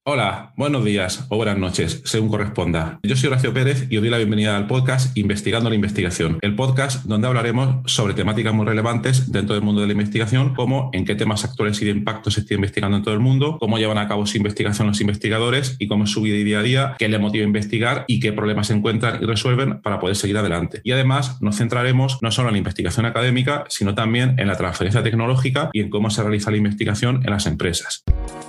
Hola, buenos días o buenas noches, según corresponda. Yo soy Horacio Pérez y os doy la bienvenida al podcast Investigando la Investigación, el podcast donde hablaremos sobre temáticas muy relevantes dentro del mundo de la investigación, como en qué temas actuales y de impacto se está investigando en todo el mundo, cómo llevan a cabo su investigación los investigadores y cómo es su vida y día a día, qué les motiva a investigar y qué problemas encuentran y resuelven para poder seguir adelante. Y además nos centraremos no solo en la investigación académica, sino también en la transferencia tecnológica y en cómo se realiza la investigación en las empresas.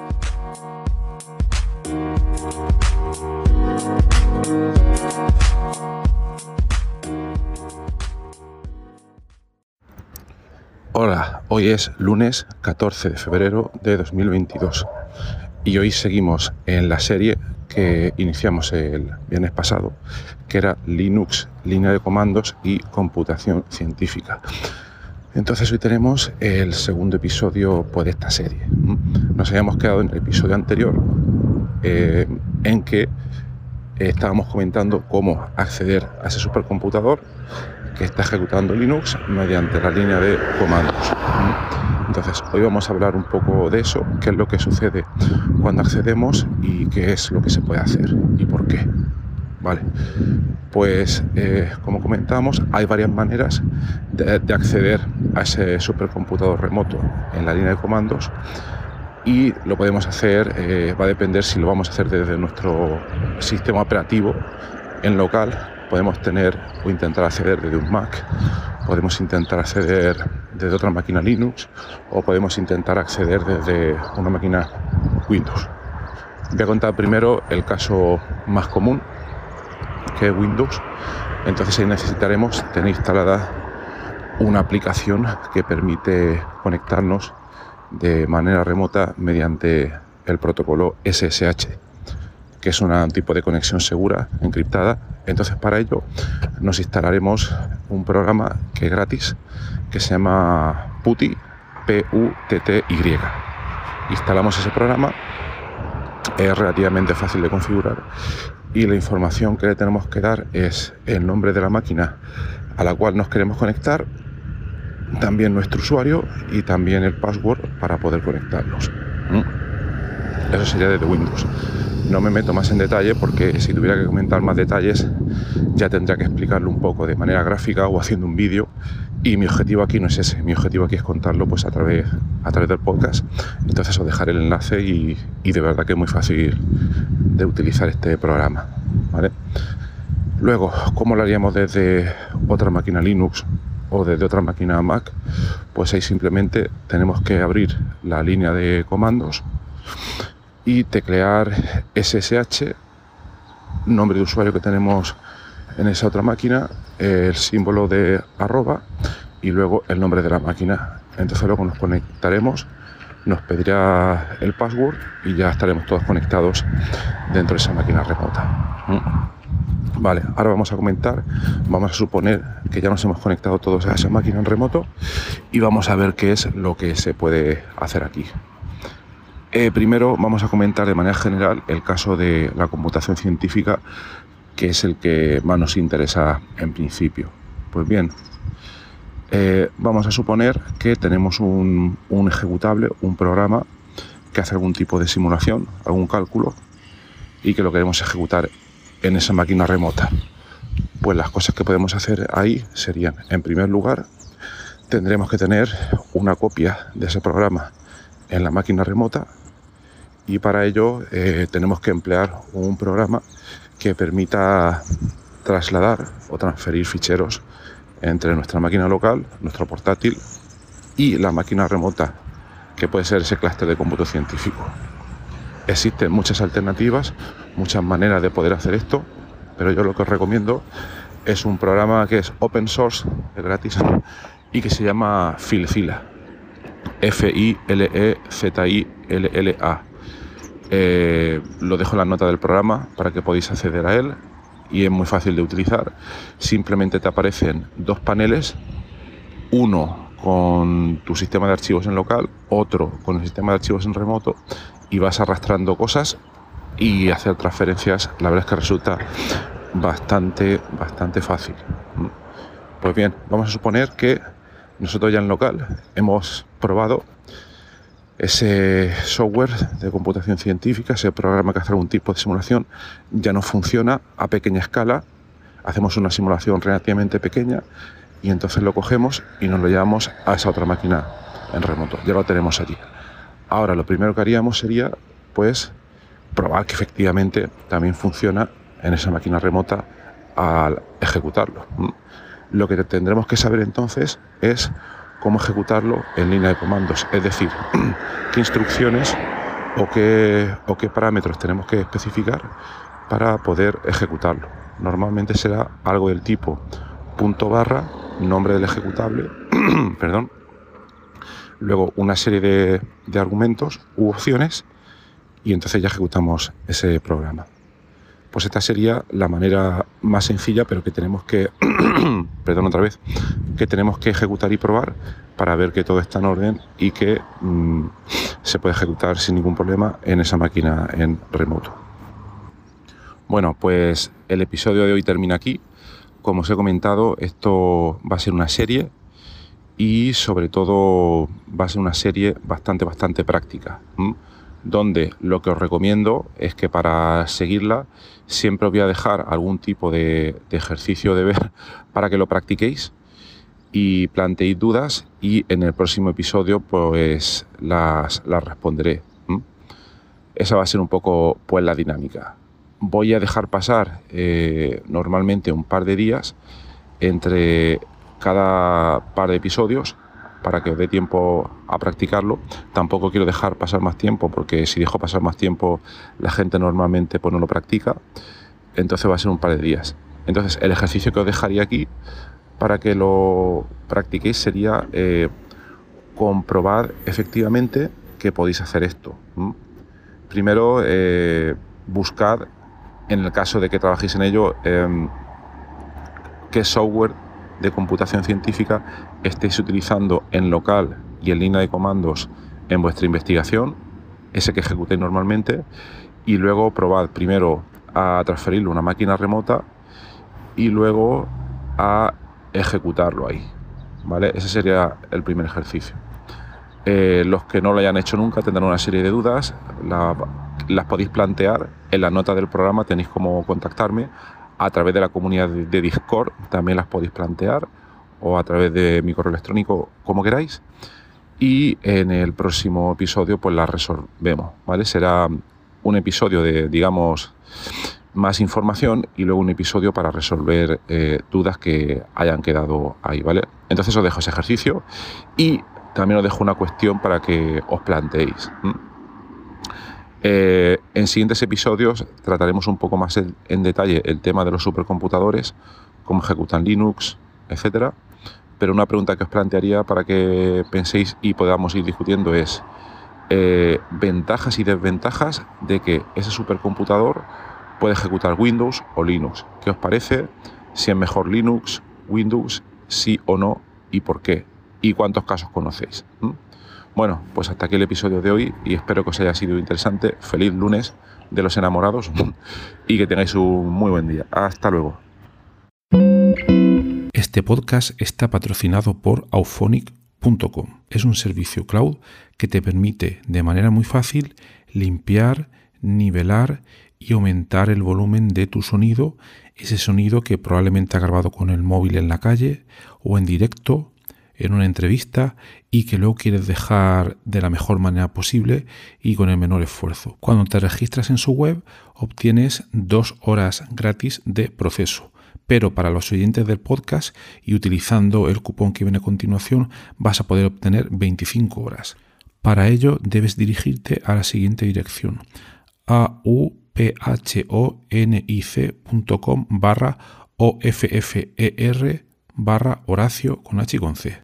Hola, hoy es lunes 14 de febrero de 2022 y hoy seguimos en la serie que iniciamos el viernes pasado, que era Linux, línea de comandos y computación científica. Entonces hoy tenemos el segundo episodio de esta serie. Nos habíamos quedado en el episodio anterior en que estábamos comentando cómo acceder a ese supercomputador que está ejecutando Linux mediante la línea de comandos. Entonces, hoy vamos a hablar un poco de eso, qué es lo que sucede cuando accedemos y qué es lo que se puede hacer y por qué. Vale, pues como comentamos, hay varias maneras de acceder a ese supercomputador remoto en la línea de comandos y lo podemos hacer, va a depender si lo vamos a hacer desde nuestro sistema operativo en local. Podemos tener o intentar acceder desde un Mac, podemos intentar acceder desde otra máquina Linux o podemos intentar acceder desde una máquina Windows. Voy a contar primero el caso más común, que es Windows. Entonces ahí necesitaremos tener instalada una aplicación que permite conectarnos de manera remota mediante el protocolo SSH, que es un tipo de conexión segura, encriptada. Entonces para ello nos instalaremos un programa que es gratis, que se llama PuTTY, P-U-T-T-Y. Instalamos ese programa, es relativamente fácil de configurar y la información que le tenemos que dar es el nombre de la máquina a la cual nos queremos conectar, también nuestro usuario y también el password para poder conectarnos. Eso sería desde Windows. No me meto más en detalle porque si tuviera que comentar más detalles ya tendría que explicarlo un poco de manera gráfica o haciendo un vídeo, y mi objetivo aquí no es ese. Mi objetivo aquí es contarlo pues a través del podcast. Entonces os dejaré el enlace y de verdad que es muy fácil de utilizar este programa, ¿vale? Luego, ¿cómo lo haríamos desde otra máquina Linux o desde otra máquina Mac? Pues ahí simplemente tenemos que abrir la línea de comandos y teclear SSH, nombre de usuario que tenemos en esa otra máquina, el símbolo de arroba y luego el nombre de la máquina. Entonces luego nos conectaremos, nos pedirá el password y ya estaremos todos conectados dentro de esa máquina remota. Vale, ahora vamos a suponer que ya nos hemos conectado todos a esa máquina en remoto y vamos a ver qué es lo que se puede hacer aquí. Primero vamos a comentar de manera general el caso de la computación científica, que es el que más nos interesa en principio. Pues bien, vamos a suponer que tenemos un ejecutable, un programa que hace algún tipo de simulación, algún cálculo, y que lo queremos ejecutar en esa máquina remota. Pues las cosas que podemos hacer ahí serían, en primer lugar, tendremos que tener una copia de ese programa en la máquina remota, y para ello tenemos que emplear un programa que permita trasladar o transferir ficheros entre nuestra máquina local, nuestro portátil y la máquina remota, que puede ser ese clúster de cómputo científico. Existen muchas alternativas, muchas maneras de poder hacer esto, pero yo lo que os recomiendo es un programa que es open source, es gratis, y que se llama Filzilla, F-I-L-E-Z-I-L-L-A. Lo dejo en la nota del programa para que podáis acceder a él y es muy fácil de utilizar. Simplemente te aparecen dos paneles, uno con tu sistema de archivos en local, otro con el sistema de archivos en remoto, y vas arrastrando cosas y hacer transferencias. La verdad es que resulta bastante fácil. Pues bien, vamos a suponer que nosotros ya en local hemos probado ese software de computación científica, ese programa que hace algún tipo de simulación, ya no funciona a pequeña escala. Hacemos una simulación relativamente pequeña y entonces lo cogemos y nos lo llevamos a esa otra máquina en remoto. Ya lo tenemos allí. Ahora lo primero que haríamos sería pues probar que efectivamente también funciona en esa máquina remota al ejecutarlo. Lo que tendremos que saber entonces es cómo ejecutarlo en línea de comandos, es decir, qué instrucciones o qué parámetros tenemos que especificar para poder ejecutarlo. Normalmente será algo del tipo /, nombre del ejecutable, perdón, luego una serie de argumentos u opciones y entonces ya ejecutamos ese programa. Pues esta sería la manera más sencilla, pero que tenemos que, perdón otra vez, que tenemos que ejecutar y probar para ver que todo está en orden y que se puede ejecutar sin ningún problema en esa máquina en remoto. Bueno, pues el episodio de hoy termina aquí. Como os he comentado, esto va a ser una serie y sobre todo va a ser una serie bastante práctica, donde lo que os recomiendo es que para seguirla siempre os voy a dejar algún tipo de ejercicio de ver para que lo practiquéis y planteéis dudas y en el próximo episodio pues las responderé. Esa va a ser un poco pues la dinámica. Voy a dejar pasar normalmente un par de días entre cada par de episodios para que os dé tiempo a practicarlo. Tampoco quiero dejar pasar más tiempo, porque si dejo pasar más tiempo la gente normalmente pues no lo practica. Entonces va a ser un par de días. Entonces el ejercicio que os dejaría aquí para que lo practiquéis sería comprobar efectivamente que podéis hacer esto. Primero buscad, en el caso de que trabajéis en ello, qué software de computación científica estéis utilizando en local y en línea de comandos en vuestra investigación, ese que ejecutéis normalmente, y luego probad primero a transferirlo a una máquina remota y luego a ejecutarlo ahí, ¿vale? Ese sería el primer ejercicio. Los que no lo hayan hecho nunca tendrán una serie de dudas, las podéis plantear en la nota del programa, tenéis cómo contactarme. A través de la comunidad de Discord también las podéis plantear o a través de mi correo electrónico, como queráis. Y en el próximo episodio pues las resolvemos, ¿vale? Será un episodio de, digamos, más información y luego un episodio para resolver dudas que hayan quedado ahí, ¿vale? Entonces os dejo ese ejercicio y también os dejo una cuestión para que os planteéis. En siguientes episodios trataremos un poco más en detalle el tema de los supercomputadores, cómo ejecutan Linux, etcétera. Pero una pregunta que os plantearía para que penséis y podamos ir discutiendo es ventajas y desventajas de que ese supercomputador puede ejecutar Windows o Linux. ¿Qué os parece? Si es mejor Linux, Windows, sí o no y por qué. ¿Y cuántos casos conocéis? Bueno, pues hasta aquí el episodio de hoy y espero que os haya sido interesante. Feliz lunes de los enamorados y que tengáis un muy buen día. Hasta luego. Este podcast está patrocinado por Auphonic.com. Es un servicio cloud que te permite de manera muy fácil limpiar, nivelar y aumentar el volumen de tu sonido, ese sonido que probablemente has grabado con el móvil en la calle o en directo, en una entrevista y que luego quieres dejar de la mejor manera posible y con el menor esfuerzo. Cuando te registras en su web obtienes 2 horas gratis de proceso, pero para los oyentes del podcast y utilizando el cupón que viene a continuación vas a poder obtener 25 horas. Para ello debes dirigirte a la siguiente dirección: auphonic.com/OFFER/Horacio con H y con C.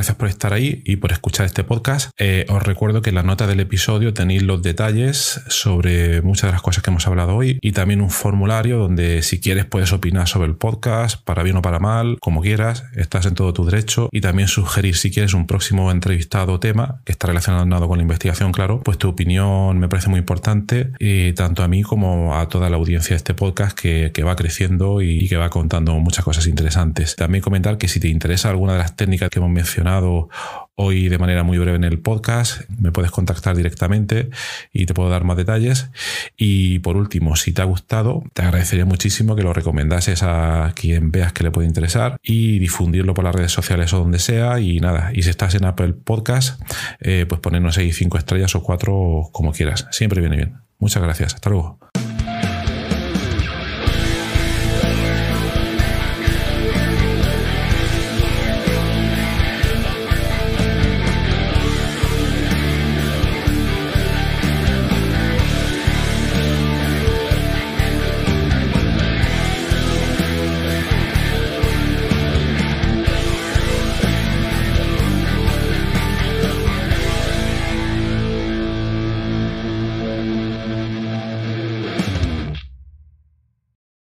gracias por estar ahí y por escuchar este podcast. Os recuerdo que en las notas del episodio tenéis los detalles sobre muchas de las cosas que hemos hablado hoy y también un formulario donde si quieres puedes opinar sobre el podcast, para bien o para mal, como quieras, estás en todo tu derecho, y también sugerir si quieres un próximo entrevistado o tema que está relacionado con la investigación, claro, pues tu opinión me parece muy importante, tanto a mí como a toda la audiencia de este podcast que va creciendo y que va contando muchas cosas interesantes. También comentar que si te interesa alguna de las técnicas que hemos mencionado hoy de manera muy breve en el podcast, me puedes contactar directamente y te puedo dar más detalles. Y por último, si te ha gustado, te agradecería muchísimo que lo recomendases a quien veas que le puede interesar y difundirlo por las redes sociales o donde sea. Y nada, y si estás en Apple Podcast, pues ponernos ahí 5 estrellas o 4 como quieras. Siempre viene bien. Muchas gracias. Hasta luego.